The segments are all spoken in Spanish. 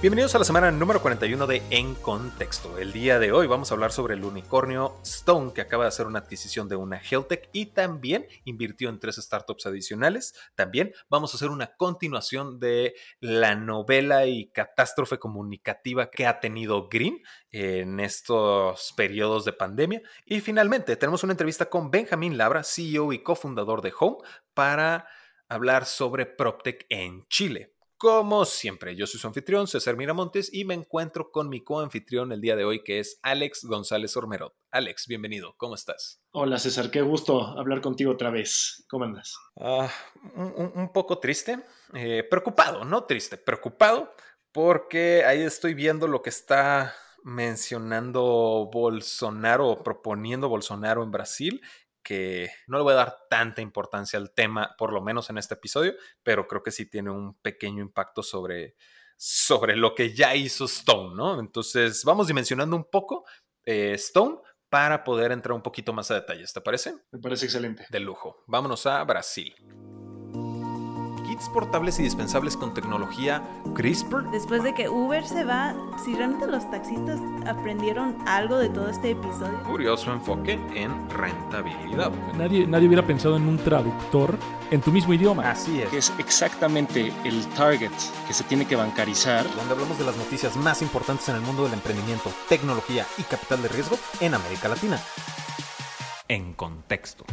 Bienvenidos a la semana número 41 de En Contexto. El día de hoy vamos a hablar sobre el unicornio Stone, que acaba de hacer una adquisición de una health tech y también invirtió en 3 startups adicionales. También vamos a hacer una continuación de la novela y catástrofe comunicativa que ha tenido Green en estos periodos de pandemia. Y finalmente tenemos una entrevista con Benjamín Labra, CEO y cofundador de Home, para hablar sobre PropTech en Chile. Como siempre, yo soy su anfitrión, César Miramontes, y me encuentro con mi coanfitrión el día de hoy, que es Alex González Ormerod. Alex, bienvenido, ¿cómo estás? Hola César, qué gusto hablar contigo otra vez. ¿Cómo andas? Un poco triste, preocupado, no triste, preocupado, porque ahí estoy viendo lo que está mencionando Bolsonaro o proponiendo Bolsonaro en Brasil, que no le voy a dar tanta importancia al tema, por lo menos en este episodio, pero creo que sí tiene un pequeño impacto sobre lo que ya hizo Stone, ¿no? Entonces, vamos dimensionando un poco Stone para poder entrar un poquito más a detalles, ¿te parece? Me parece excelente. De lujo. Vámonos a Brasil. Kits portables y dispensables con tecnología CRISPR. Después de que Uber se va, si realmente los taxistas aprendieron algo de todo este episodio. Curioso enfoque en rentabilidad. Nadie hubiera pensado en un traductor en tu mismo idioma. Así es. Que es exactamente el target que se tiene que bancarizar. Donde hablamos de las noticias más importantes en el mundo del emprendimiento, tecnología y capital de riesgo en América Latina. En contexto.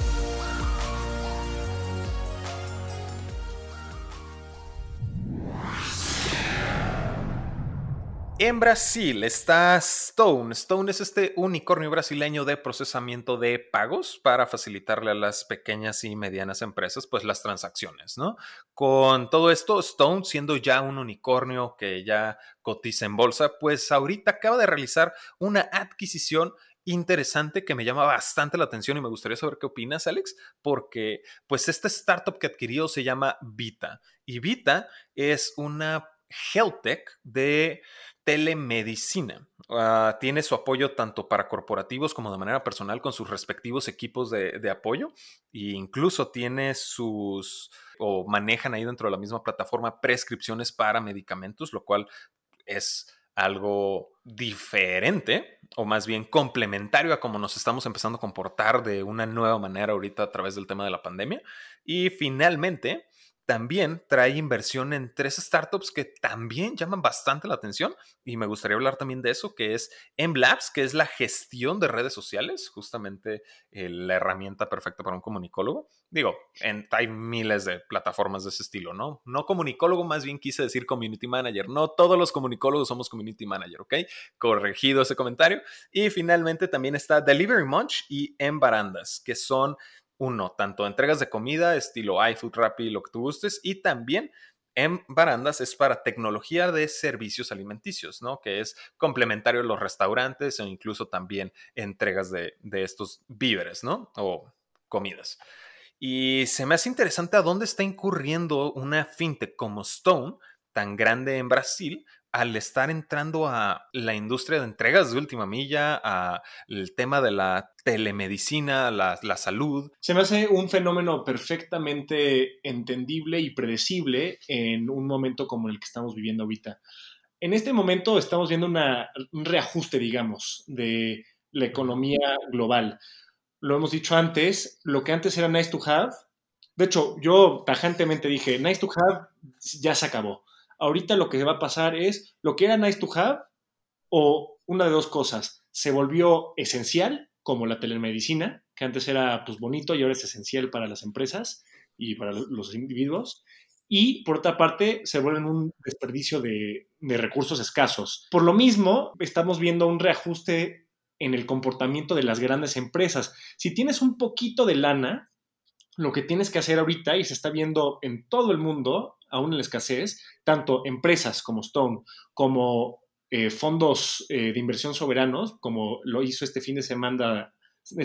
En Brasil está Stone. Stone es este unicornio brasileño de procesamiento de pagos para facilitarle a las pequeñas y medianas empresas pues las transacciones, ¿no? Con todo esto, Stone, siendo ya un unicornio que ya cotiza en bolsa, pues ahorita acaba de realizar una adquisición interesante que me llama bastante la atención y me gustaría saber qué opinas, Alex, porque pues esta startup que adquirió se llama Vita y Vita es una health tech de telemedicina. Tiene su apoyo tanto para corporativos como de manera personal con sus respectivos equipos de apoyo e incluso tiene o manejan ahí dentro de la misma plataforma prescripciones para medicamentos, lo cual es algo diferente o más bien complementario a cómo nos estamos empezando a comportar de una nueva manera ahorita a través del tema de la pandemia. Y finalmente, también trae inversión en 3 startups que también llaman bastante la atención y me gustaría hablar también de eso, que es MLabs, que es la gestión de redes sociales, justamente la herramienta perfecta para un comunicólogo. Digo, hay miles de plataformas de ese estilo, ¿no? No comunicólogo, más bien quise decir community manager. No todos los comunicólogos somos community manager, ¿ok? Corregido ese comentario. Y finalmente también está Delivery Munch y En Barandas, que son tanto entregas de comida, estilo iFood, Rappi, lo que tú gustes, y también en Barandas es para tecnología de servicios alimenticios, ¿no? Que es complementario a los restaurantes o incluso también entregas de estos víveres, ¿no? O comidas. Y se me hace interesante a dónde está incurriendo una fintech como Stone, tan grande en Brasil, al estar entrando a la industria de entregas de última milla, al tema de la telemedicina, la salud. Se me hace un fenómeno perfectamente entendible y predecible en un momento como el que estamos viviendo ahorita. En este momento estamos viendo un reajuste, digamos, de la economía global. Lo hemos dicho antes, lo que antes era nice to have. De hecho, yo tajantemente dije, nice to have ya se acabó. Ahorita lo que va a pasar es lo que era nice to have o una de dos cosas. Se volvió esencial, como la telemedicina, que antes era pues bonito y ahora es esencial para las empresas y para los individuos. Y por otra parte, se vuelven un desperdicio de recursos escasos. Por lo mismo, estamos viendo un reajuste en el comportamiento de las grandes empresas. Si tienes un poquito de lana, lo que tienes que hacer ahorita, y se está viendo en todo el mundo, aún en la escasez, tanto empresas como Stone, como fondos de inversión soberanos, como lo hizo este fin de semana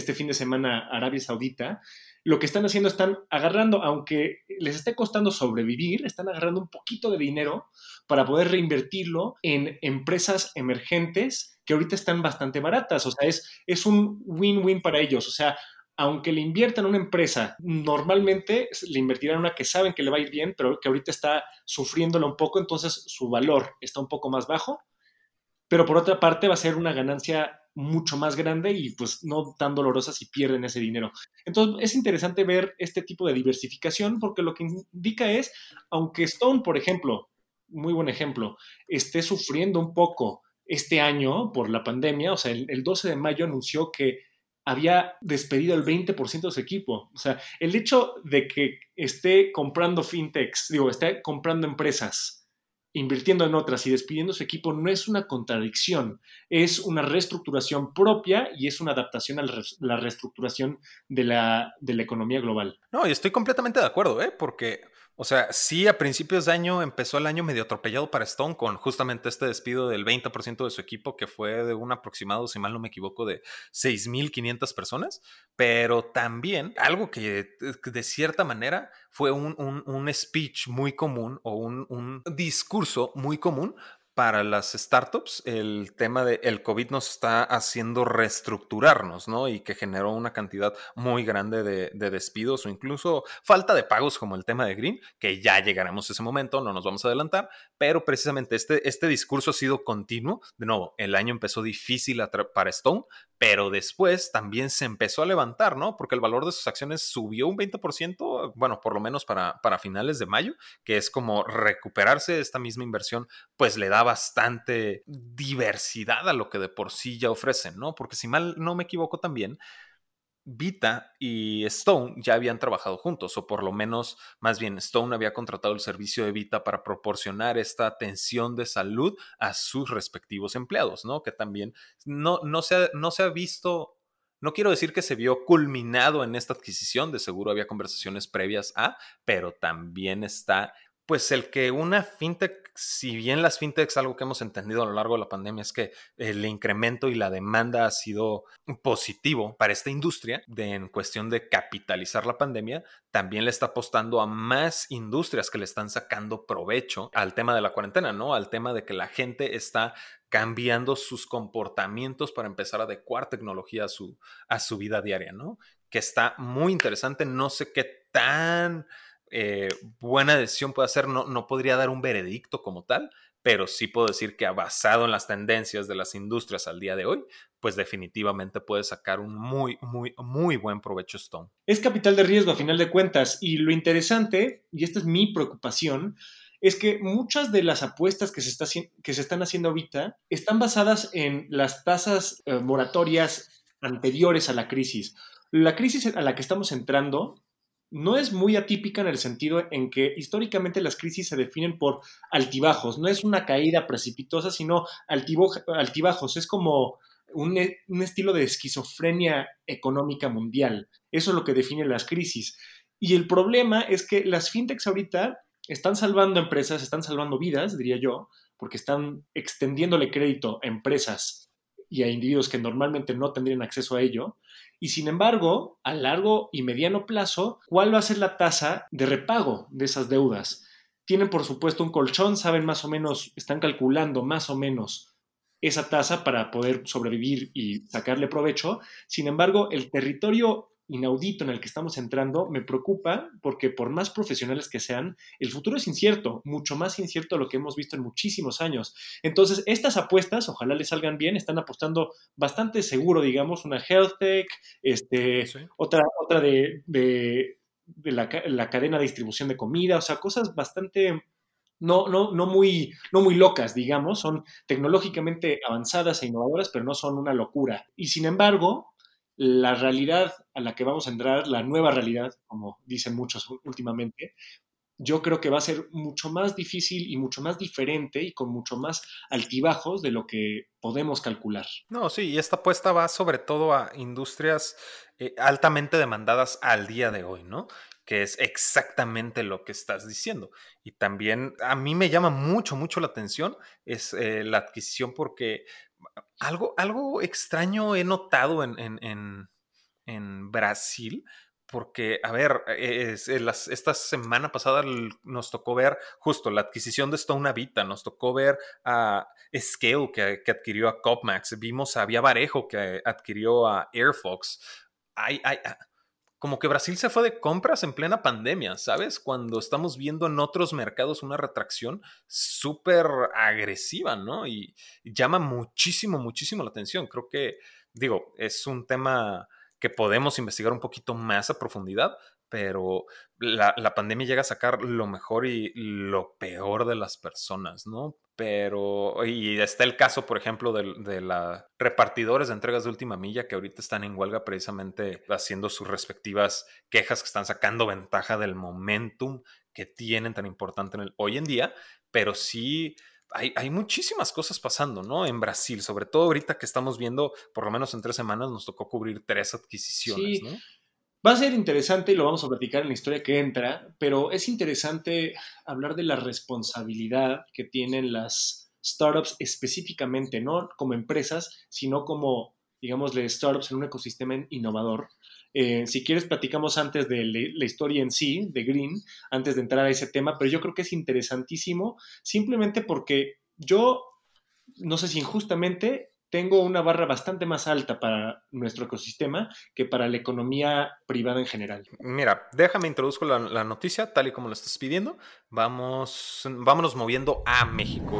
Arabia Saudita, lo que están haciendo, están agarrando, aunque les esté costando sobrevivir, están agarrando un poquito de dinero para poder reinvertirlo en empresas emergentes que ahorita están bastante baratas. O sea, es un win-win para ellos. O sea, aunque le inviertan en una empresa, normalmente le invertirán en una que saben que le va a ir bien, pero que ahorita está sufriéndola un poco, entonces su valor está un poco más bajo, pero por otra parte va a ser una ganancia mucho más grande y pues no tan dolorosa si pierden ese dinero. Entonces es interesante ver este tipo de diversificación porque lo que indica es, aunque Stone, por ejemplo, muy buen ejemplo, esté sufriendo un poco este año por la pandemia, o sea, el 12 de mayo anunció que había despedido el 20% de su equipo. O sea, el hecho de que esté comprando fintechs, digo, esté comprando empresas, invirtiendo en otras y despidiendo su equipo no es una contradicción, es una reestructuración propia y es una adaptación a la reestructuración de la economía global. No, y estoy completamente de acuerdo, ¿eh? Porque, o sea, sí, a principios de año empezó el año medio atropellado para Stone con justamente este despido del 20% de su equipo, que fue de un aproximado, si mal no me equivoco, de 6,500 personas, pero también algo que de cierta manera fue un speech muy común o un discurso muy común para las startups. El tema de el COVID nos está haciendo reestructurarnos, ¿no? Y que generó una cantidad muy grande de despidos o incluso falta de pagos, como el tema de Green, que ya llegaremos a ese momento, no nos vamos a adelantar, pero precisamente este discurso ha sido continuo. De nuevo, el año empezó difícil para Stone, pero después también se empezó a levantar, ¿no? Porque el valor de sus acciones subió un 20%, bueno, por lo menos para finales de mayo, que es como recuperarse esta misma inversión, pues le da bastante diversidad a lo que de por sí ya ofrecen, ¿no? Porque si mal no me equivoco también, Vita y Stone ya habían trabajado juntos, o por lo menos, más bien, Stone había contratado el servicio de Vita para proporcionar esta atención de salud a sus respectivos empleados, ¿no? Que también no se ha visto, no quiero decir que se vio culminado en esta adquisición, de seguro había conversaciones previas a, pero también está pues el que una fintech, si bien las fintechs, algo que hemos entendido a lo largo de la pandemia es que el incremento y la demanda ha sido positivo para esta industria en cuestión de capitalizar la pandemia, también le está apostando a más industrias que le están sacando provecho al tema de la cuarentena, ¿no? Al tema de que la gente está cambiando sus comportamientos para empezar a adecuar tecnología a su vida diaria, ¿no? Que está muy interesante, no sé qué tan buena decisión puede hacer, no podría dar un veredicto como tal, pero sí puedo decir que basado en las tendencias de las industrias al día de hoy, pues definitivamente puede sacar un muy buen provecho Stone. Es capital de riesgo a final de cuentas y lo interesante, y esta es mi preocupación, es que muchas de las apuestas que se están haciendo ahorita están basadas en las tasas moratorias anteriores a la crisis. La crisis a la que estamos entrando no es muy atípica en el sentido en que históricamente las crisis se definen por altibajos, no es una caída precipitosa, sino altibajos, es como un estilo de esquizofrenia económica mundial, eso es lo que define las crisis. Y el problema es que las fintechs ahorita están salvando empresas, están salvando vidas, diría yo, porque están extendiéndole crédito a empresas y a individuos que normalmente no tendrían acceso a ello. Y sin embargo, a largo y mediano plazo, ¿cuál va a ser la tasa de repago de esas deudas? Tienen, por supuesto, un colchón, saben más o menos, están calculando más o menos esa tasa para poder sobrevivir y sacarle provecho. Sin embargo, el territorio inaudito en el que estamos entrando me preocupa porque por más profesionales que sean, el futuro es incierto, mucho más incierto de lo que hemos visto en muchísimos años. Entonces, estas apuestas, ojalá les salgan bien, están apostando bastante seguro, digamos, una health tech, Sí. otra de la cadena de distribución de comida, o sea, cosas bastante no muy locas, digamos, son tecnológicamente avanzadas e innovadoras, pero no son una locura. Y sin embargo, la realidad a la que vamos a entrar, la nueva realidad, como dicen muchos últimamente, yo creo que va a ser mucho más difícil y mucho más diferente y con mucho más altibajos de lo que podemos calcular. No, sí, y esta apuesta va sobre todo a industrias altamente demandadas al día de hoy, ¿no? Que es exactamente lo que estás diciendo. Y también a mí me llama mucho la atención es la adquisición porque algo extraño he notado en Brasil, porque, a ver, esta semana pasada nos tocó ver justo la adquisición de Stone Vita, nos tocó ver a Scale que adquirió a Copmax, vimos a Via Varejo que adquirió a Airfox. como que Brasil se fue de compras en plena pandemia, ¿sabes? Cuando estamos viendo en otros mercados una retracción súper agresiva, ¿no? Y llama muchísimo, muchísimo la atención. Creo que, digo, es un tema que podemos investigar un poquito más a profundidad, pero la pandemia llega a sacar lo mejor y lo peor de las personas, ¿no? Pero, y está el caso, por ejemplo, de los repartidores de entregas de última milla que ahorita están en huelga precisamente haciendo sus respectivas quejas, que están sacando ventaja del momentum que tienen tan importante hoy en día, pero sí hay muchísimas cosas pasando, ¿no? En Brasil, sobre todo ahorita que estamos viendo, por lo menos en 3 semanas nos tocó cubrir 3 adquisiciones, Sí, ¿no? va a ser interesante y lo vamos a platicar en la historia que entra, pero es interesante hablar de la responsabilidad que tienen las startups específicamente, no como empresas, sino como, digámosle, startups en un ecosistema innovador. Si quieres, platicamos antes de la historia en sí, de Green, antes de entrar a ese tema, pero yo creo que es interesantísimo simplemente porque yo, no sé si injustamente, tengo una barra bastante más alta para nuestro ecosistema que para la economía privada en general. Mira, déjame introduzco la noticia tal y como lo estás pidiendo. Vámonos moviendo a México.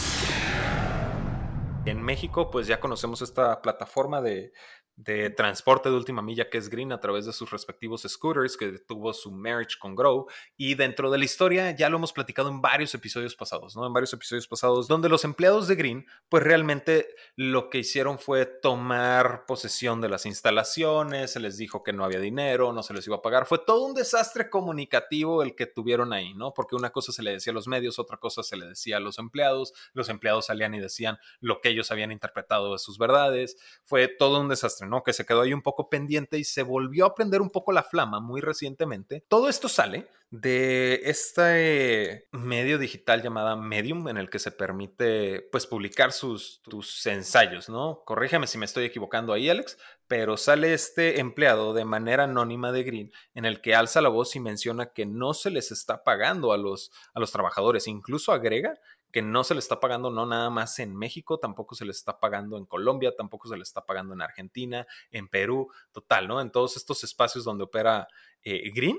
En México, pues ya conocemos esta plataforma de transporte de última milla que es Green a través de sus respectivos scooters, que tuvo su marriage con Grow. Y dentro de la historia ya lo hemos platicado en varios episodios pasados, ¿no? En varios episodios pasados, donde los empleados de Green, pues realmente lo que hicieron fue tomar posesión de las instalaciones, se les dijo que no había dinero, no se les iba a pagar. Fue todo un desastre comunicativo el que tuvieron ahí, ¿no? Porque una cosa se le decía a los medios, otra cosa se le decía a los empleados salían y decían lo que ellos habían interpretado de sus verdades. Fue todo un desastre, ¿no? Que se quedó ahí un poco pendiente y se volvió a prender un poco la flama muy recientemente. Todo esto sale de este medio digital llamada Medium, en el que se permite pues publicar tus ensayos, ¿no? Corrígeme si me estoy equivocando ahí, Alex, pero sale este empleado de manera anónima de Green en el que alza la voz y menciona que no se les está pagando a los trabajadores. Incluso agrega que no se le está pagando no nada más en México, tampoco se le está pagando en Colombia, tampoco se le está pagando en Argentina, en Perú, total, ¿no? En todos estos espacios donde opera Green.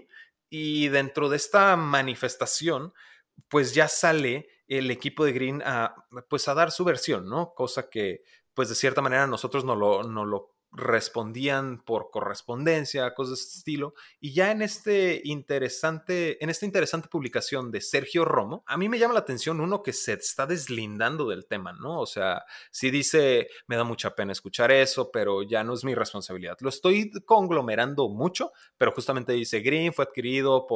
Y dentro de esta manifestación, pues ya sale el equipo de Green pues a dar su versión, ¿no? Cosa que, pues de cierta manera nosotros no lo respondían por correspondencia, cosas de este estilo. Y ya en esta interesante publicación de Sergio Romo, a mí me llama la atención uno que se está deslindando del tema, ¿no? O sea, sí dice, me da mucha pena escuchar eso, pero ya no es mi responsabilidad. Lo estoy conglomerando mucho, pero justamente dice, Green fue adquirido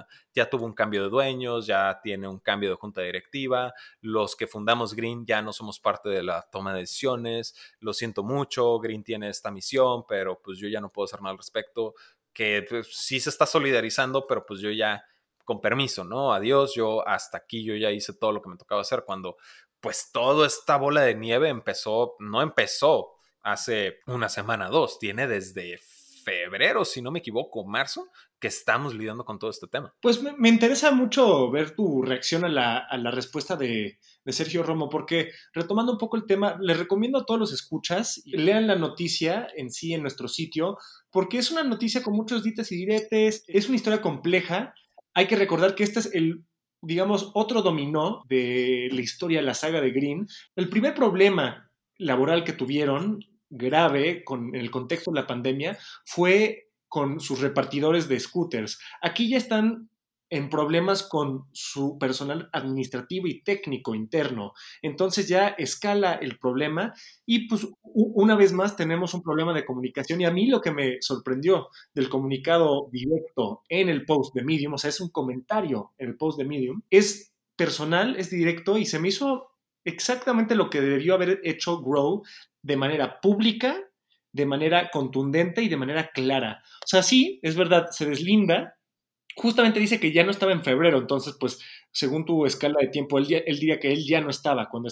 ya tuvo un cambio de dueños, ya tiene un cambio de junta directiva, los que fundamos Green ya no somos parte de la toma de decisiones, lo siento mucho, Green tiene esta misión, pero pues yo ya no puedo hacer nada al respecto, que pues, sí se está solidarizando, pero pues yo ya, con permiso, ¿no? Adiós, hasta aquí yo ya hice todo lo que me tocaba hacer, cuando pues toda esta bola de nieve no empezó hace una semana, 2, tiene desde febrero, si no me equivoco, marzo, que estamos lidiando con todo este tema. Pues me interesa mucho ver tu reacción a la respuesta de Sergio Romo, porque retomando un poco el tema, les recomiendo a todos los escuchas, lean la noticia en sí en nuestro sitio, porque es una noticia con muchos dites y diretes, es una historia compleja. Hay que recordar que este es digamos, otro dominó de la historia de la saga de Green. El primer problema laboral que tuvieron, grave, con el contexto de la pandemia, fue con sus repartidores de scooters. Aquí ya están en problemas con su personal administrativo y técnico interno. Entonces ya escala el problema y pues una vez más tenemos un problema de comunicación y a mí lo que me sorprendió del comunicado directo en el post de Medium, o sea, es un comentario en el post de Medium, es personal, es directo y se me hizo exactamente lo que debió haber hecho Grow de manera pública, de manera contundente y de manera clara. O sea, sí, es verdad, se deslinda. Justamente dice que ya no estaba en febrero, entonces, pues, según tu escala de tiempo, él diría que él ya no estaba cuando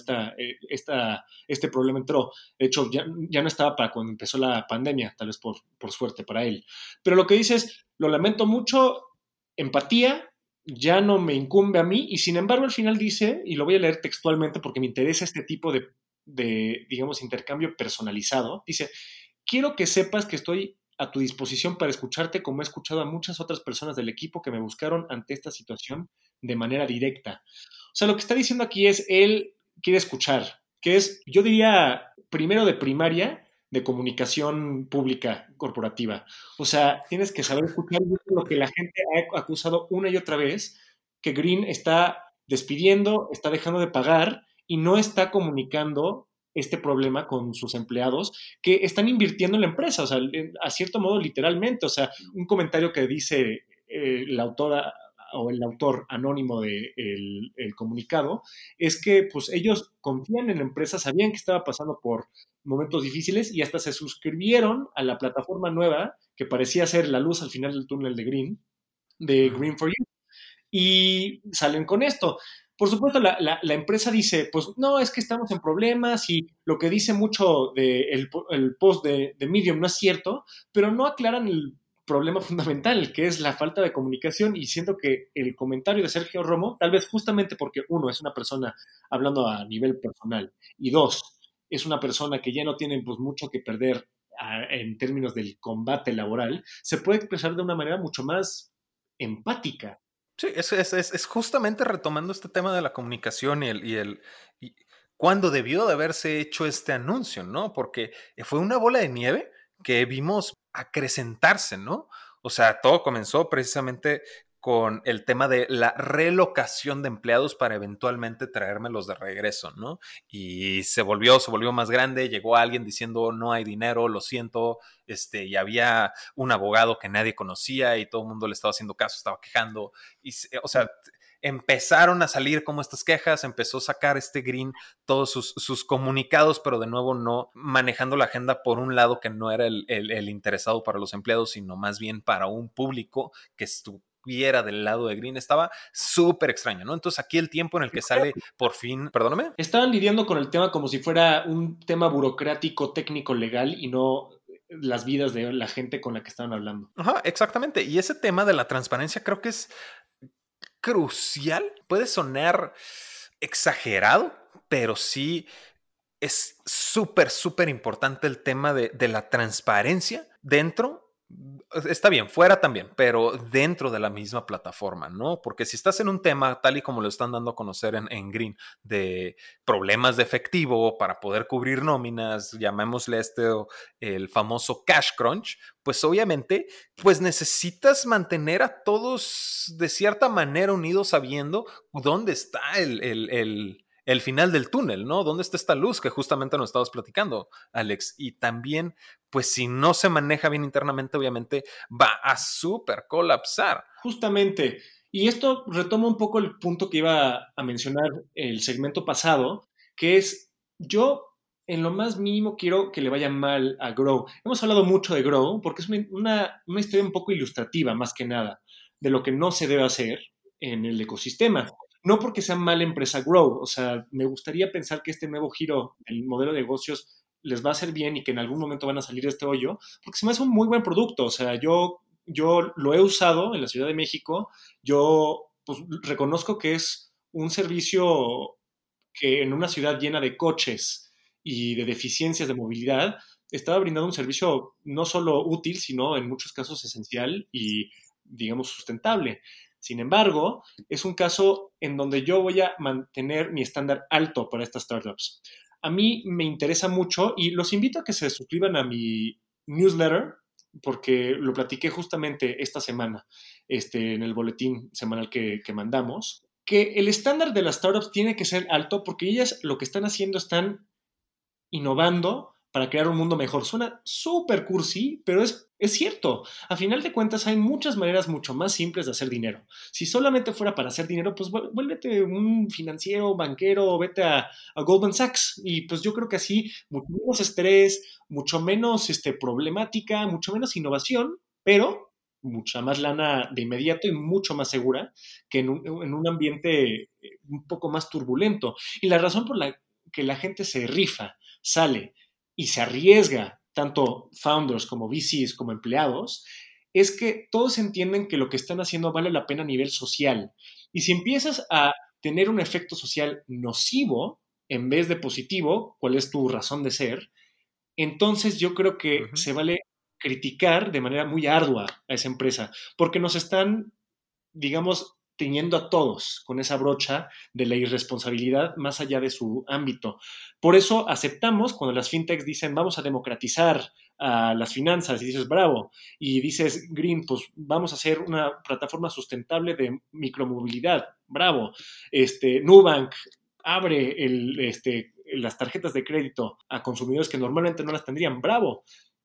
este problema entró. De hecho, ya no estaba para cuando empezó la pandemia, tal vez por suerte para él. Pero lo que dice es, lo lamento mucho, empatía, ya no me incumbe a mí, y sin embargo al final dice, y lo voy a leer textualmente porque me interesa este tipo de digamos, intercambio personalizado, dice, quiero que sepas que estoy a tu disposición para escucharte como he escuchado a muchas otras personas del equipo que me buscaron ante esta situación de manera directa. O sea, lo que está diciendo aquí es, él quiere escuchar, que es, yo diría, primero de primaria, de comunicación pública corporativa. O sea, tienes que saber escuchar lo que la gente ha acusado una y otra vez, que Green está despidiendo, está dejando de pagar y no está comunicando este problema con sus empleados que están invirtiendo en la empresa, o sea, a cierto modo literalmente, o sea, un comentario que dice la autora o el autor anónimo del el comunicado, es que pues ellos confían en la empresa, sabían que estaba pasando por momentos difíciles y hasta se suscribieron a la plataforma nueva que parecía ser la luz al final del túnel de Green for You, y salen con esto. Por supuesto, la empresa dice, pues no, es que estamos en problemas y lo que dice mucho el post de Medium no es cierto, pero no aclaran el problema fundamental, que es la falta de comunicación, y siento que el comentario de Sergio Romo, tal vez justamente porque uno, es una persona hablando a nivel personal, y dos, es una persona que ya no tiene pues mucho que perder en términos del combate laboral, se puede expresar de una manera mucho más empática. Sí, es justamente retomando este tema de la comunicación y cuando debió de haberse hecho este anuncio, ¿no? Porque fue una bola de nieve que vimos acrecentarse, ¿no? O sea, todo comenzó precisamente con el tema de la relocación de empleados para eventualmente traérmelos de regreso, ¿no? Y se volvió más grande, llegó alguien diciendo no hay dinero, lo siento, y había un abogado que nadie conocía y todo el mundo le estaba haciendo caso, estaba quejando, y, o sea, empezaron a salir como estas quejas, empezó a sacar Green todos sus comunicados, pero de nuevo no manejando la agenda por un lado que no era el interesado para los empleados, sino más bien para un público que estuviera del lado de Green. Estaba súper extraño, ¿no? Entonces aquí el tiempo en el que sale por fin, perdóname. Estaban lidiando con el tema como si fuera un tema burocrático, técnico, legal y no las vidas de la gente con la que estaban hablando. Ajá, exactamente. Y ese tema de la transparencia creo que es crucial. Puede sonar exagerado, pero sí es súper, súper importante el tema de la transparencia dentro. Está bien, fuera también, pero dentro de la misma plataforma, ¿no? Porque si estás en un tema tal y como lo están dando a conocer en Green, de problemas de efectivo para poder cubrir nóminas, llamémosle el famoso cash crunch, pues obviamente pues necesitas mantener a todos de cierta manera unidos sabiendo dónde está el final del túnel, ¿no? ¿Dónde está esta luz que justamente nos estabas platicando, Alex? Y también, pues si no se maneja bien internamente, obviamente va a súper colapsar. Justamente. Y esto retoma un poco el punto que iba a mencionar el segmento pasado, que es, yo en lo más mínimo quiero que le vaya mal a Grow. Hemos hablado mucho de Grow porque es una historia un poco ilustrativa, más que nada, de lo que no se debe hacer en el ecosistema. No porque sea mala empresa Grow, o sea, me gustaría pensar que este nuevo giro, el modelo de negocios, les va a hacer bien y que en algún momento van a salir de este hoyo, porque se me hace un muy buen producto. O sea, yo lo he usado en la Ciudad de México, yo pues, reconozco que es un servicio que en una ciudad llena de coches y de deficiencias de movilidad, estaba brindando un servicio no solo útil, sino en muchos casos esencial y, digamos, sustentable. Sin embargo, es un caso en donde yo voy a mantener mi estándar alto para estas startups. A mí me interesa mucho y los invito a que se suscriban a mi newsletter porque lo platiqué justamente esta semana en el boletín semanal que mandamos, que el estándar de las startups tiene que ser alto porque ellas lo que están haciendo están innovando para crear un mundo mejor. Suena súper cursi, pero es cierto. A final de cuentas hay muchas maneras mucho más simples de hacer dinero. Si solamente fuera para hacer dinero, pues vuélvete un financiero, banquero, vete a Goldman Sachs. Y pues yo creo que así, mucho menos estrés, mucho menos problemática, mucho menos innovación, pero mucha más lana de inmediato y mucho más segura que en un ambiente un poco más turbulento. Y la razón por la que la gente se rifa, sale y se arriesga, tanto founders como VCs como empleados, es que todos entienden que lo que están haciendo vale la pena a nivel social. Y si empiezas a tener un efecto social nocivo en vez de positivo, ¿cuál es tu razón de ser? Entonces yo creo que se vale criticar de manera muy ardua a esa empresa, porque nos están, digamos, tiñendo a todos con esa brocha de la irresponsabilidad más allá de su ámbito. Por eso aceptamos cuando las fintechs dicen vamos a democratizar a las finanzas y dices bravo, y dices Green, pues vamos a hacer una plataforma sustentable de micromovilidad, bravo. Nubank abre las tarjetas de crédito a consumidores que normalmente no las tendrían, bravo.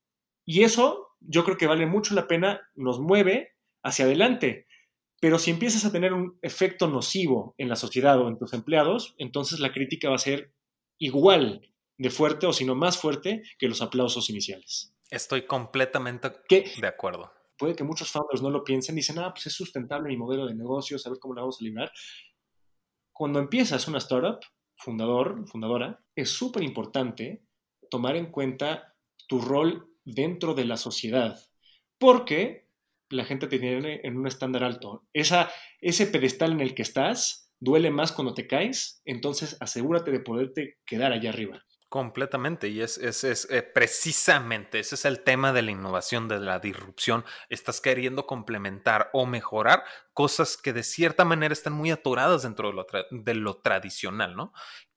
Y eso yo creo que vale mucho la pena, nos mueve hacia adelante. Pero si empiezas a tener un efecto nocivo en la sociedad o en tus empleados, entonces la crítica va a ser igual de fuerte o si no más fuerte que los aplausos iniciales. Estoy completamente Que de acuerdo. puede que muchos founders no lo piensen, dicen, pues es sustentable mi modelo de negocios, a ver cómo la vamos a librar. Cuando empiezas una startup, fundadora, es súper importante tomar en cuenta tu rol dentro de la sociedad, porque la gente te tiene en un estándar alto. Ese pedestal en el que estás duele más cuando te caes, entonces asegúrate de poderte quedar allá arriba. Completamente, y es precisamente ese es el tema de la innovación, de la disrupción. Estás queriendo complementar o mejorar cosas que de cierta manera están muy atoradas dentro de lo tradicional, ¿no?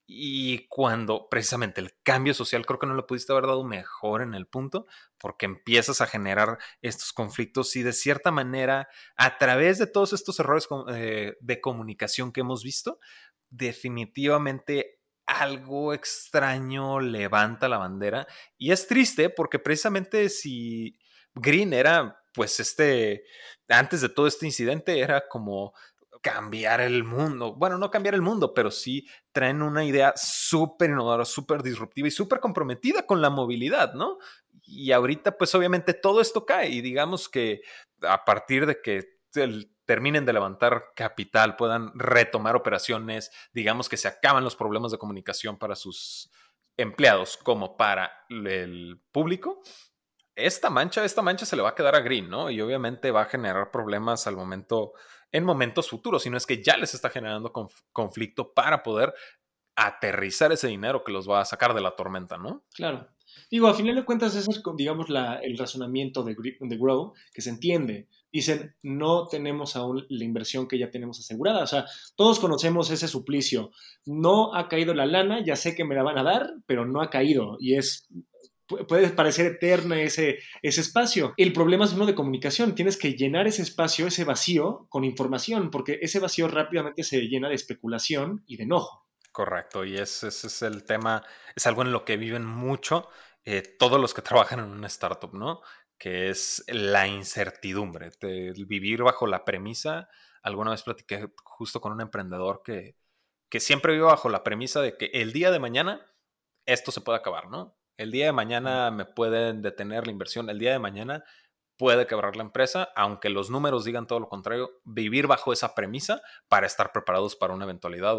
Y cuando precisamente el cambio social, creo que no lo pudiste haber dado mejor en el punto, porque empiezas a generar estos conflictos y de cierta manera, a través de todos estos errores de comunicación que hemos visto, definitivamente algo extraño levanta la bandera. Y es triste porque precisamente si Green era, pues antes de todo este incidente, era como cambiar el mundo. Bueno, no cambiar el mundo, pero sí traen una idea súper innovadora, súper disruptiva y súper comprometida con la movilidad, ¿no? Y ahorita, pues obviamente todo esto cae y digamos que a partir de que terminen de levantar capital, puedan retomar operaciones, digamos que se acaban los problemas de comunicación para sus empleados como para el público, esta mancha se le va a quedar a Green, ¿no? Y obviamente va a generar problemas en momentos futuros, si no es que ya les está generando conflicto para poder aterrizar ese dinero que los va a sacar de la tormenta, ¿no? Claro. Digo, a final de cuentas, ese es, digamos, el razonamiento de Grow, que se entiende. Dicen, no tenemos aún la inversión que ya tenemos asegurada. O sea, todos conocemos ese suplicio. No ha caído la lana, ya sé que me la van a dar, pero no ha caído. Y puede parecer eterna ese espacio. El problema es uno de comunicación. Tienes que llenar ese espacio, ese vacío, con información, porque ese vacío rápidamente se llena de especulación y de enojo. Correcto, y ese es el tema, es algo en lo que viven mucho todos los que trabajan en una startup, ¿no? Que es la incertidumbre, el vivir bajo la premisa. Alguna vez platiqué justo con un emprendedor que siempre vive bajo la premisa de que el día de mañana esto se puede acabar, ¿no? El día de mañana me pueden detener la inversión, el día de mañana puede quebrar la empresa, aunque los números digan todo lo contrario, vivir bajo esa premisa para estar preparados para una eventualidad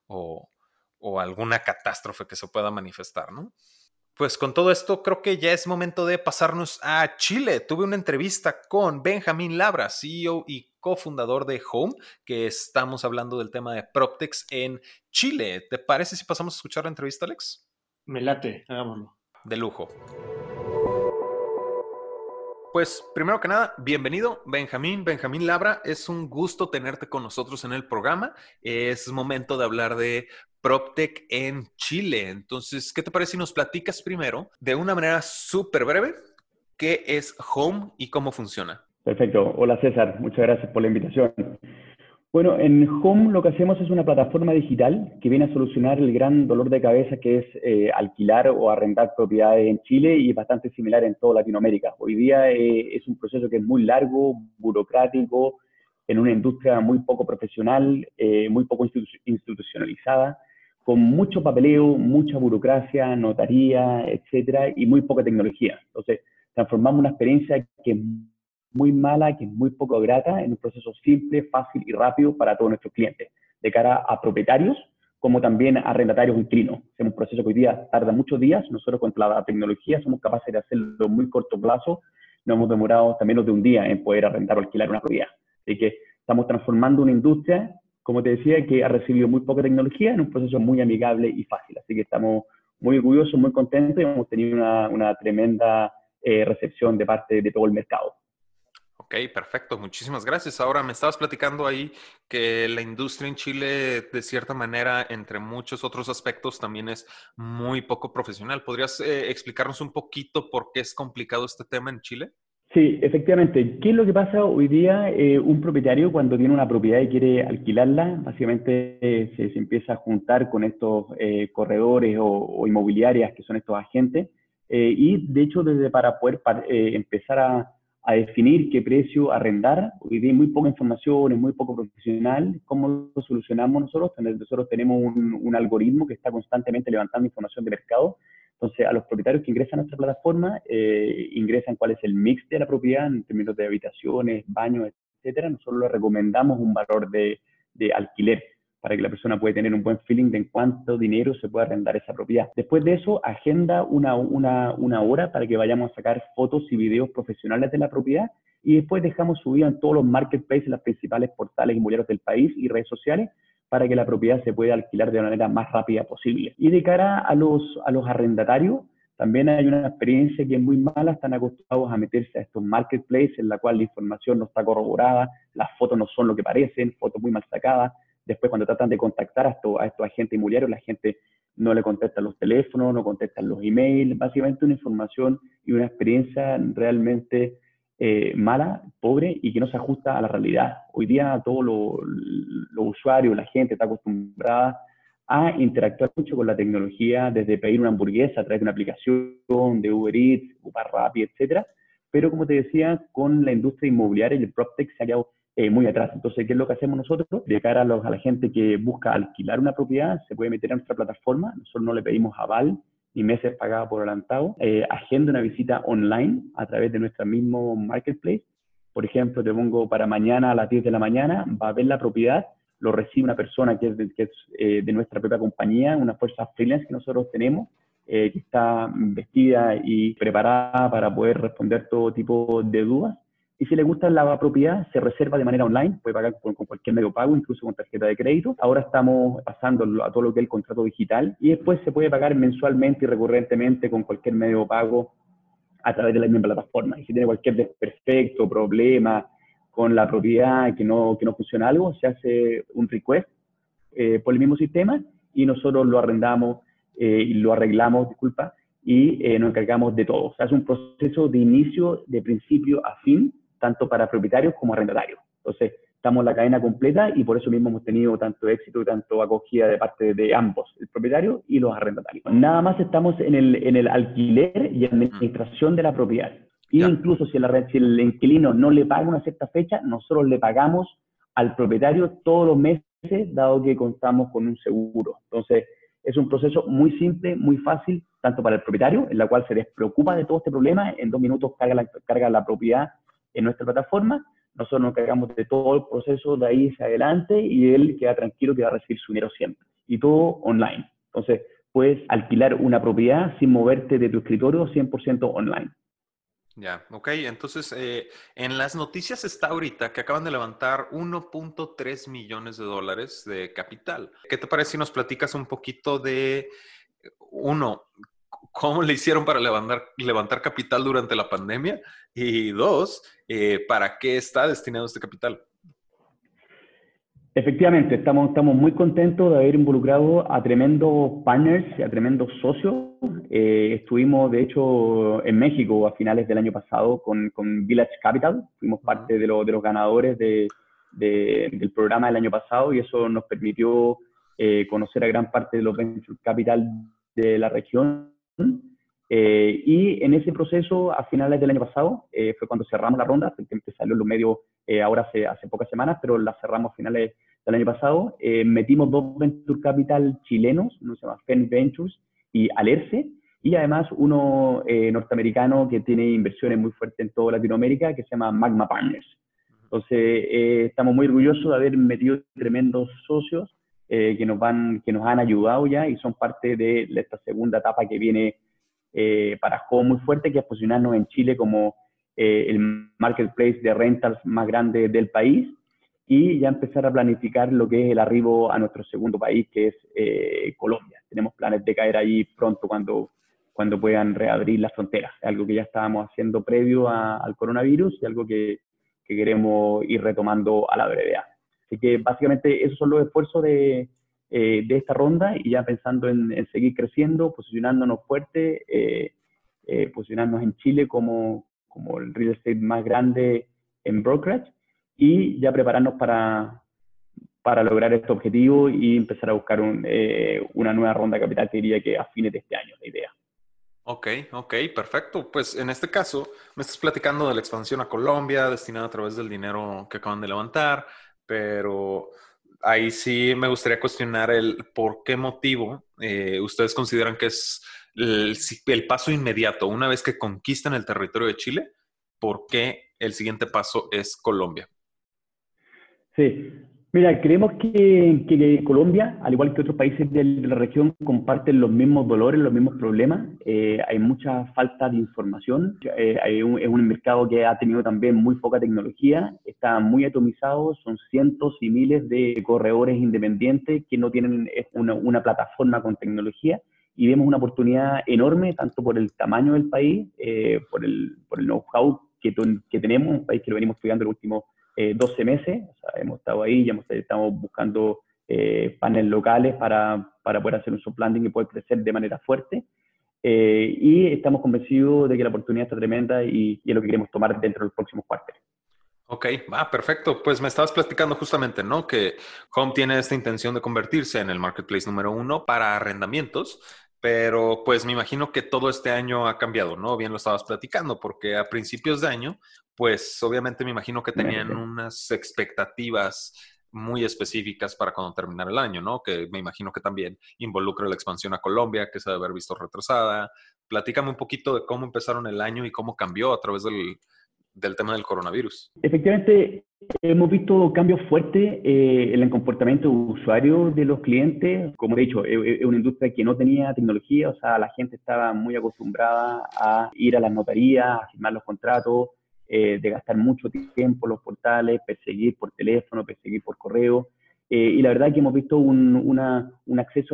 o alguna catástrofe que se pueda manifestar, ¿no? Pues con todo esto creo que ya es momento de pasarnos a Chile. Tuve una entrevista con Benjamín Labra, CEO y cofundador de Home, que estamos hablando del tema de PropTechs en Chile. ¿Te parece si pasamos a escuchar la entrevista, Alex? Me late, hagámoslo. De lujo. Pues primero que nada, bienvenido Benjamín Labra, es un gusto tenerte con nosotros en el programa. Es momento de hablar de PropTech en Chile. Entonces, ¿qué te parece si nos platicas primero, de una manera súper breve, qué es Home y cómo funciona? Perfecto. Hola César, muchas gracias por la invitación. Bueno, en Home lo que hacemos es una plataforma digital que viene a solucionar el gran dolor de cabeza que es alquilar o arrendar propiedades en Chile y es bastante similar en toda Latinoamérica. Hoy día es un proceso que es muy largo, burocrático, en una industria muy poco profesional, muy poco institucionalizada, con mucho papeleo, mucha burocracia, notaría, etcétera, y muy poca tecnología. Entonces, transformamos una experiencia que es muy mala, que es muy poco grata, en un proceso simple, fácil y rápido para todos nuestros clientes, de cara a propietarios como también a arrendatarios o inquilinos. Es un proceso que hoy día tarda muchos días. Nosotros con la tecnología somos capaces de hacerlo en muy corto plazo. No hemos demorado hasta menos de un día en poder arrendar o alquilar una propiedad. Así que estamos transformando una industria, como te decía, que ha recibido muy poca tecnología en un proceso muy amigable y fácil. Así que estamos muy orgullosos, muy contentos y hemos tenido una tremenda recepción de parte de todo el mercado. Ok, perfecto. Muchísimas gracias. Ahora me estabas platicando ahí que la industria en Chile, de cierta manera, entre muchos otros aspectos, también es muy poco profesional. ¿Podrías explicarnos un poquito por qué es complicado este tema en Chile? Sí, efectivamente. ¿Qué es lo que pasa hoy día? Un propietario cuando tiene una propiedad y quiere alquilarla, básicamente se empieza a juntar con estos corredores o inmobiliarias que son estos agentes y de hecho desde para poder empezar a definir qué precio arrendar, hoy día hay muy poca información, es muy poco profesional. ¿Cómo lo solucionamos nosotros? Nosotros tenemos un algoritmo que está constantemente levantando información de mercado. Entonces, a los propietarios que ingresan a nuestra plataforma, ingresan cuál es el mix de la propiedad en términos de habitaciones, baños, etcétera. Nosotros les recomendamos un valor de alquiler para que la persona pueda tener un buen feeling de en cuánto dinero se puede arrendar esa propiedad. Después de eso, agenda una hora para que vayamos a sacar fotos y videos profesionales de la propiedad y después dejamos subida en todos los marketplaces, las principales portales inmobiliarios del país y redes sociales para que la propiedad se pueda alquilar de la manera más rápida posible. Y de cara a los arrendatarios, también hay una experiencia que es muy mala, están acostumbrados a meterse a estos marketplaces en la cual la información no está corroborada, las fotos no son lo que parecen, fotos muy mal sacadas. Después cuando tratan de contactar a estos agentes inmobiliarios, la gente no le contesta los teléfonos, no contesta los emails, básicamente una información y una experiencia realmente mala, pobre y que no se ajusta a la realidad. Hoy día todos los usuarios, la gente está acostumbrada a interactuar mucho con la tecnología, desde pedir una hamburguesa a través de una aplicación de Uber Eats, Uber Rappi, etcétera. Pero como te decía, con la industria inmobiliaria y el PropTech se ha quedado muy atrás. Entonces, ¿qué es lo que hacemos nosotros? De cara a la gente que busca alquilar una propiedad, se puede meter a nuestra plataforma. Nosotros no le pedimos aval ni meses pagados por adelantado. Agenda una visita online a través de nuestro mismo marketplace. Por ejemplo, te pongo para mañana a las 10 de la mañana, va a ver la propiedad, lo recibe una persona que es de nuestra propia compañía, una fuerza freelance que nosotros tenemos, que está vestida y preparada para poder responder todo tipo de dudas. Y si le gusta la propiedad, se reserva de manera online, puede pagar con cualquier medio de pago, incluso con tarjeta de crédito. Ahora estamos pasando a todo lo que es el contrato digital y después se puede pagar mensualmente y recurrentemente con cualquier medio de pago a través de la misma plataforma. Y si tiene cualquier desperfecto, problema con la propiedad, que no funciona algo, se hace un request por el mismo sistema y nosotros lo arrendamos y lo arreglamos, disculpa, y nos encargamos de todo. O sea, es un proceso de inicio, de principio a fin, tanto para propietarios como arrendatarios. Entonces, estamos en la cadena completa y por eso mismo hemos tenido tanto éxito y tanto acogida de parte de ambos, el propietario y los arrendatarios. Nada más estamos en el alquiler y administración de la propiedad. Y incluso si el inquilino no le paga una cierta fecha, nosotros le pagamos al propietario todos los meses, dado que contamos con un seguro. Entonces, es un proceso muy simple, muy fácil, tanto para el propietario, en la cual se despreocupa de todo este problema, en 2 minutos carga la propiedad en nuestra plataforma, nosotros nos encargamos de todo el proceso de ahí hacia adelante y él queda tranquilo que va a recibir su dinero siempre. Y todo online. Entonces, puedes alquilar una propiedad sin moverte de tu escritorio 100% online. Ya, ok. Entonces, en las noticias está ahorita que acaban de levantar 1.3 millones de dólares de capital. ¿Qué te parece si nos platicas un poquito de, uno, cómo le hicieron para levantar capital durante la pandemia? Y dos, ¿para qué está destinado este capital? Efectivamente, estamos muy contentos de haber involucrado a tremendos partners y a tremendos socios. Estuvimos, de hecho, en México a finales del año pasado con Village Capital. Fuimos parte de los ganadores del programa del año pasado y eso nos permitió conocer a gran parte de los Venture Capital de la región. Y en ese proceso, a finales del año pasado, fue cuando cerramos la ronda, que salió en los medios ahora hace pocas semanas, pero la cerramos a finales del año pasado. Metimos 2 Venture Capital chilenos, uno se llama Fen Ventures y Alerce, y además uno norteamericano que tiene inversiones muy fuertes en toda Latinoamérica, que se llama Magma Partners. Entonces, estamos muy orgullosos de haber metido tremendos socios que nos han ayudado ya y son parte de esta segunda etapa que viene para Home muy fuerte, que es posicionarnos en Chile como el marketplace de rentals más grande del país y ya empezar a planificar lo que es el arribo a nuestro segundo país, que es Colombia. Tenemos planes de caer ahí pronto cuando cuando puedan reabrir las fronteras. Es algo que ya estábamos haciendo previo al coronavirus y algo que queremos ir retomando a la brevedad. Así que básicamente esos son los esfuerzos de esta ronda y ya pensando en seguir creciendo, posicionándonos fuerte, posicionarnos en Chile como el real estate más grande en brokerage y ya prepararnos para lograr este objetivo y empezar a buscar una nueva ronda de capital, que diría que a fines de este año, la idea. Ok, perfecto. Pues en este caso me estás platicando de la expansión a Colombia destinada a través del dinero que acaban de levantar, pero ahí sí me gustaría cuestionar el por qué motivo ustedes consideran que es el paso inmediato, una vez que conquistan el territorio de Chile, ¿por qué el siguiente paso es Colombia? Sí, mira, creemos que Colombia, al igual que otros países de la región, comparten los mismos dolores, los mismos problemas. Hay mucha falta de información. Es un mercado que ha tenido también muy poca tecnología, está muy atomizado, son cientos y miles de corredores independientes que no tienen una plataforma con tecnología. Y vemos una oportunidad enorme, tanto por el tamaño del país, por el know-how que tenemos, un país que lo venimos estudiando los últimos 12 meses, o sea, hemos estado ahí, ya estamos buscando paneles locales para poder hacer un soft landing y poder crecer de manera fuerte. Y estamos convencidos de que la oportunidad está tremenda y es lo que queremos tomar dentro de los próximos cuartos. Ok, perfecto. Pues me estabas platicando justamente, ¿no? Que Home tiene esta intención de convertirse en el marketplace número 1 para arrendamientos, pero pues me imagino que todo este año ha cambiado, ¿no? Bien lo estabas platicando, porque a principios de año, pues obviamente me imagino que tenían unas expectativas muy específicas para cuando terminara el año, ¿no? Que me imagino que también involucra la expansión a Colombia, que se debe haber visto retrasada. Platícame un poquito de cómo empezaron el año y cómo cambió a través del tema del coronavirus. Efectivamente, hemos visto cambios fuertes en el comportamiento usuario de los clientes. Como he dicho, es una industria que no tenía tecnología, o sea, la gente estaba muy acostumbrada a ir a las notarías, a firmar los contratos, de gastar mucho tiempo en los portales, perseguir por teléfono, perseguir por correo. Y la verdad es que hemos visto un acceso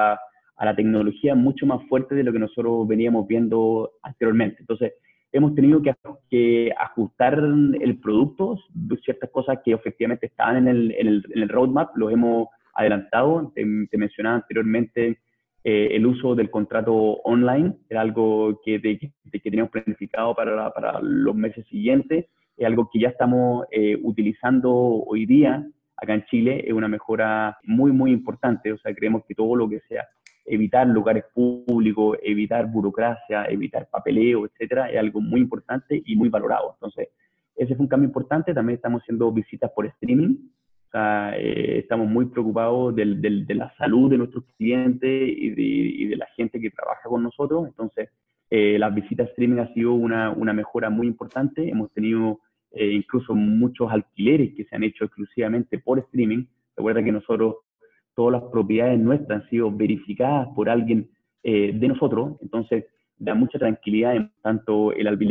a la tecnología mucho más fuerte de lo que nosotros veníamos viendo anteriormente. Entonces, hemos tenido que ajustar el producto, ciertas cosas que efectivamente estaban en el roadmap, los hemos adelantado. Te mencionaba anteriormente el uso del contrato online, era algo que teníamos planificado para los meses siguientes, es algo que ya estamos utilizando hoy día acá en Chile, es una mejora muy, muy importante. O sea, creemos que todo lo que sea evitar lugares públicos, evitar burocracia, evitar papeleo, etcétera, es algo muy importante y muy valorado. Entonces, ese fue un cambio importante. También estamos haciendo visitas por streaming. O sea, estamos muy preocupados de la salud de nuestros clientes y de la gente que trabaja con nosotros. Entonces, las visitas streaming ha sido una mejora muy importante. Hemos tenido incluso muchos alquileres que se han hecho exclusivamente por streaming. Recuerda que nosotros todas las propiedades nuestras han sido verificadas por alguien de nosotros, entonces da mucha tranquilidad en tanto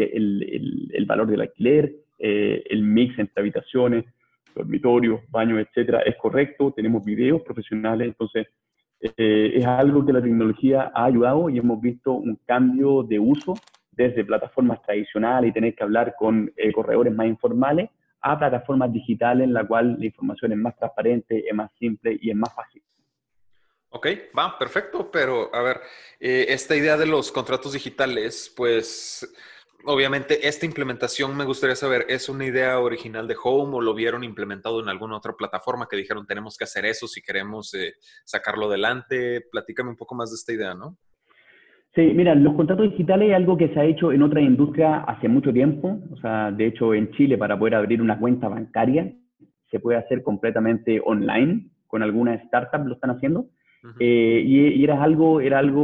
el valor del alquiler, el mix entre habitaciones, dormitorios, baños, etcétera, es correcto, tenemos videos profesionales, entonces es algo que la tecnología ha ayudado y hemos visto un cambio de uso desde plataformas tradicionales y tener que hablar con corredores más informales a plataformas digitales en la cual la información es más transparente, es más simple y es más fácil. Ok, perfecto, pero a ver, esta idea de los contratos digitales, pues obviamente esta implementación me gustaría saber, ¿es una idea original de Home o lo vieron implementado en alguna otra plataforma que dijeron tenemos que hacer eso si queremos sacarlo adelante? Platícame un poco más de esta idea, ¿no? Sí, mira, los contratos digitales es algo que se ha hecho en otras industrias hace mucho tiempo. O sea, de hecho, en Chile, para poder abrir una cuenta bancaria, se puede hacer completamente online. Con algunas startups lo están haciendo. Y era algo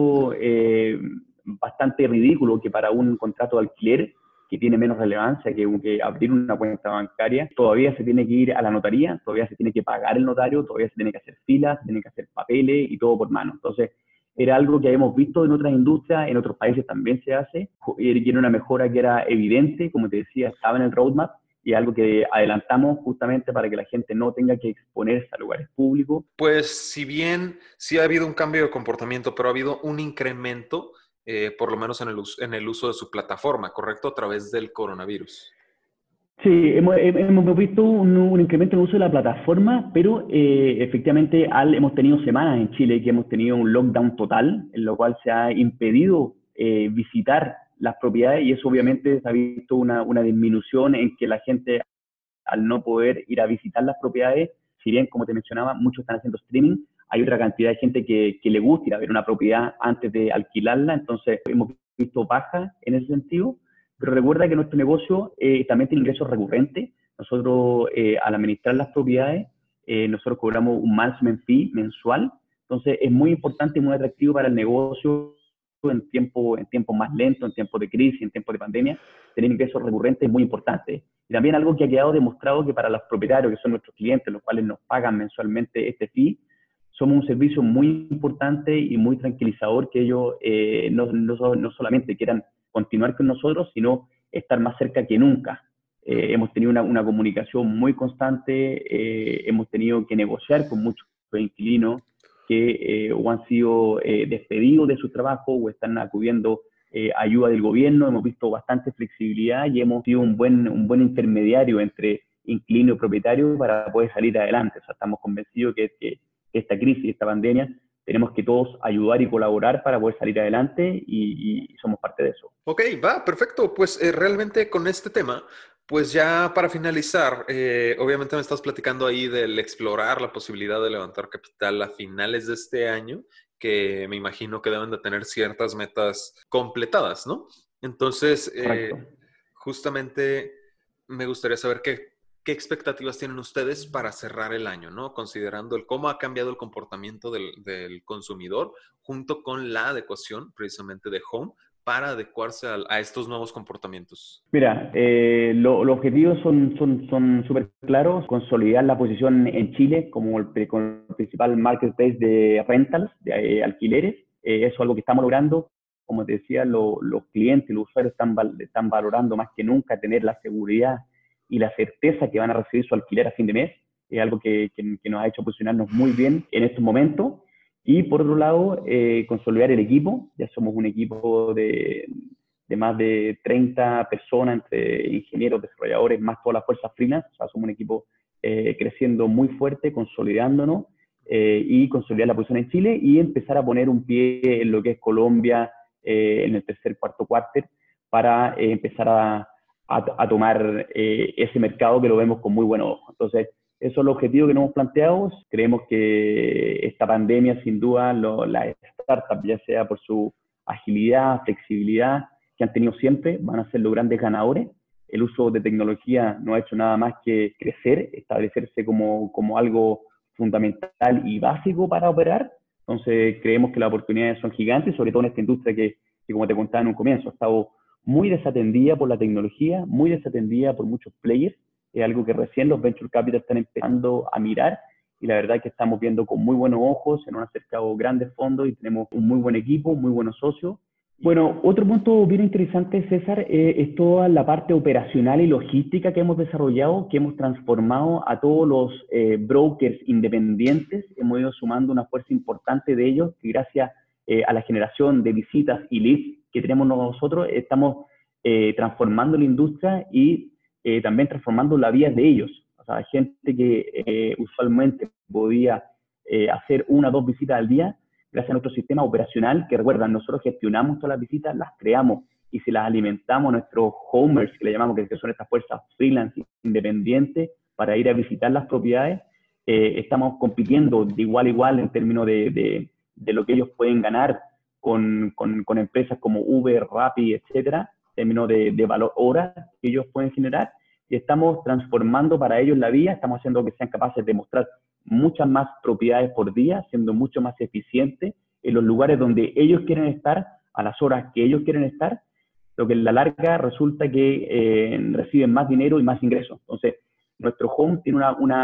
bastante ridículo que para un contrato de alquiler que tiene menos relevancia que abrir una cuenta bancaria, todavía se tiene que ir a la notaría, todavía se tiene que pagar el notario, todavía se tiene que hacer filas, se tiene que hacer papeles y todo por mano. Entonces, era algo que habíamos visto en otras industrias, en otros países también se hace, y era una mejora que era evidente, como te decía, estaba en el roadmap, y algo que adelantamos justamente para que la gente no tenga que exponerse a lugares públicos. Pues si bien sí ha habido un cambio de comportamiento, pero ha habido un incremento por lo menos en el uso de su plataforma, ¿correcto? A través del coronavirus. Sí, hemos visto un incremento en el uso de la plataforma, pero efectivamente hemos tenido semanas en Chile que hemos tenido un lockdown total, en lo cual se ha impedido visitar las propiedades, y eso obviamente se ha visto una disminución en que la gente, al no poder ir a visitar las propiedades, si bien, como te mencionaba, muchos están haciendo streaming, hay otra cantidad de gente que le gusta ir a ver una propiedad antes de alquilarla, entonces hemos visto baja en ese sentido. Pero recuerda que nuestro negocio también tiene ingresos recurrentes. Nosotros, al administrar las propiedades, nosotros cobramos un management fee mensual. Entonces, es muy importante y muy atractivo para el negocio en tiempos más lentos, en tiempos de crisis, en tiempos de pandemia, tener ingresos recurrentes es muy importante. Y también algo que ha quedado demostrado que para los propietarios, que son nuestros clientes, los cuales nos pagan mensualmente este fee, somos un servicio muy importante y muy tranquilizador, que ellos no solamente quieran continuar con nosotros, sino estar más cerca que nunca. Hemos tenido una comunicación muy constante, hemos tenido que negociar con muchos inquilinos que o han sido despedidos de su trabajo o están acudiendo ayuda del gobierno. Hemos visto bastante flexibilidad y hemos sido un buen intermediario entre inquilino y propietario para poder salir adelante. O sea, estamos convencidos que esta crisis, esta pandemia, tenemos que todos ayudar y colaborar para poder salir adelante y somos parte de eso. Ok, va, perfecto. Pues realmente con este tema, pues ya para finalizar, obviamente me estás platicando ahí del explorar la posibilidad de levantar capital a finales de este año, que me imagino que deben de tener ciertas metas completadas, ¿no? Entonces, justamente me gustaría saber qué expectativas tienen ustedes para cerrar el año, ¿no? Considerando cómo ha cambiado el comportamiento del consumidor junto con la adecuación precisamente de Home para adecuarse a estos nuevos comportamientos. Mira, los objetivos son súper claros: consolidar la posición en Chile como el principal marketplace de rentals, de alquileres. Eso es algo que estamos logrando. Como te decía, los clientes, los usuarios están valorando más que nunca tener la seguridad y la certeza que van a recibir su alquiler a fin de mes. Es algo que nos ha hecho posicionarnos muy bien en estos momentos. Y por otro lado, consolidar el equipo. Ya somos un equipo de más de 30 personas, entre ingenieros, desarrolladores, más todas las fuerzas freelance. O sea, somos un equipo creciendo muy fuerte, consolidándonos y consolidar la posición en Chile y empezar a poner un pie en lo que es Colombia en el tercer, cuarto quarter para empezar a tomar ese mercado que lo vemos con muy buenos ojos. Entonces, eso es el objetivo que nos hemos planteado. Creemos que esta pandemia, sin duda, las startups, ya sea por su agilidad, flexibilidad, que han tenido siempre, van a ser los grandes ganadores. El uso de tecnología no ha hecho nada más que crecer, establecerse como algo fundamental y básico para operar. Entonces, creemos que las oportunidades son gigantes, sobre todo en esta industria que como te contaba en un comienzo, ha estado muy desatendida por la tecnología, muy desatendida por muchos players. Es algo que recién los venture capital están empezando a mirar, y la verdad es que estamos viendo con muy buenos ojos. Se nos han acercado grandes fondos y tenemos un muy buen equipo, muy buenos socios. Bueno, otro punto bien interesante, César, es toda la parte operacional y logística que hemos desarrollado, que hemos transformado a todos los brokers independientes. Hemos ido sumando una fuerza importante de ellos, que gracias a la generación de visitas y leads que tenemos nosotros, estamos transformando la industria y también transformando la vida de ellos. O sea, gente que usualmente podía hacer 1 o 2 visitas al día, gracias a nuestro sistema operacional, que recuerdan, nosotros gestionamos todas las visitas, las creamos y se las alimentamos a nuestros homers, que le llamamos, que son estas fuerzas freelance independientes, para ir a visitar las propiedades. Estamos compitiendo de igual a igual en términos de lo que ellos pueden ganar con empresas como Uber, Rappi, etcétera, en términos de valor hora que ellos pueden generar, y estamos transformando para ellos la vida. Estamos haciendo que sean capaces de mostrar muchas más propiedades por día, siendo mucho más eficientes en los lugares donde ellos quieren estar, a las horas que ellos quieren estar, lo que en la larga resulta que reciben más dinero y más ingresos. Entonces, nuestro home tiene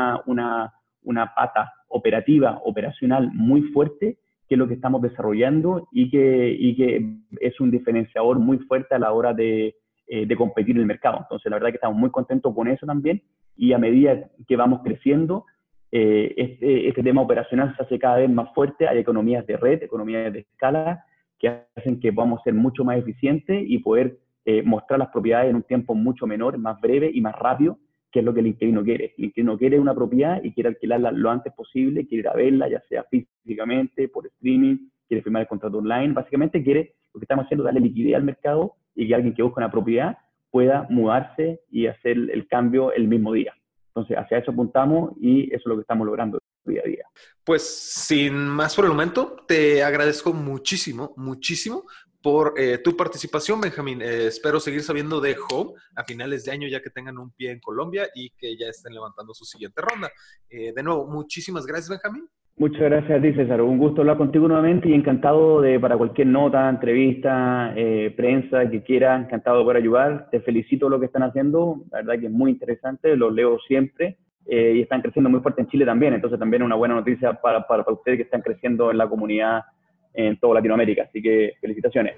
una pata operacional muy fuerte, que es lo que estamos desarrollando y que es un diferenciador muy fuerte a la hora de competir en el mercado. Entonces, la verdad que estamos muy contentos con eso también, y a medida que vamos creciendo, este tema operacional se hace cada vez más fuerte. Hay economías de red, economías de escala, que hacen que podamos ser mucho más eficientes y poder mostrar las propiedades en un tiempo mucho menor, más breve y más rápido, que es lo que el inquilino quiere. El inquilino quiere una propiedad y quiere alquilarla lo antes posible, quiere ir a verla, ya sea físicamente, por streaming, quiere firmar el contrato online. Básicamente quiere, lo que estamos haciendo, darle liquidez al mercado y que alguien que busca una propiedad pueda mudarse y hacer el cambio el mismo día. Entonces, hacia eso apuntamos y eso es lo que estamos logrando día a día. Pues sin más por el momento, te agradezco muchísimo, muchísimo por tu participación, Benjamín. Espero seguir sabiendo de Home a finales de año, ya que tengan un pie en Colombia y que ya estén levantando su siguiente ronda. De nuevo, muchísimas gracias, Benjamín. Muchas gracias a ti, César. Un gusto hablar contigo nuevamente y encantado para cualquier nota, entrevista, prensa que quiera, encantado de poder ayudar. Te felicito lo que están haciendo, la verdad que es muy interesante, los leo siempre y están creciendo muy fuerte en Chile también, entonces también es una buena noticia para ustedes que están creciendo en la comunidad en toda Latinoamérica, así que felicitaciones.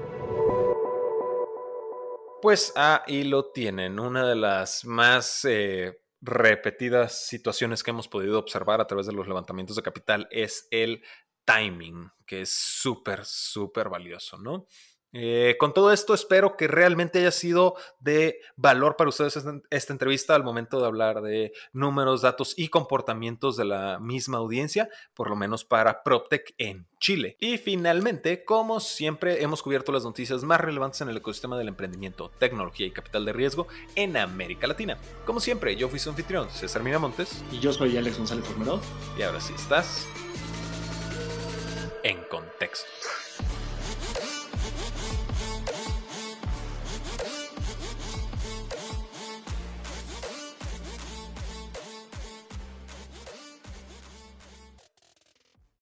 Pues ahí lo tienen, una de las más repetidas situaciones que hemos podido observar a través de los levantamientos de capital es el timing, que es súper, súper valioso, ¿no? Con todo esto espero que realmente haya sido de valor para ustedes esta entrevista al momento de hablar de números, datos y comportamientos de la misma audiencia, por lo menos para PropTech en Chile. Y finalmente, como siempre, hemos cubierto las noticias más relevantes en el ecosistema del emprendimiento, tecnología y capital de riesgo en América Latina. Como siempre, yo fui su anfitrión, César Miramontes. Y yo soy Alex González Formero. Y ahora sí estás en contexto.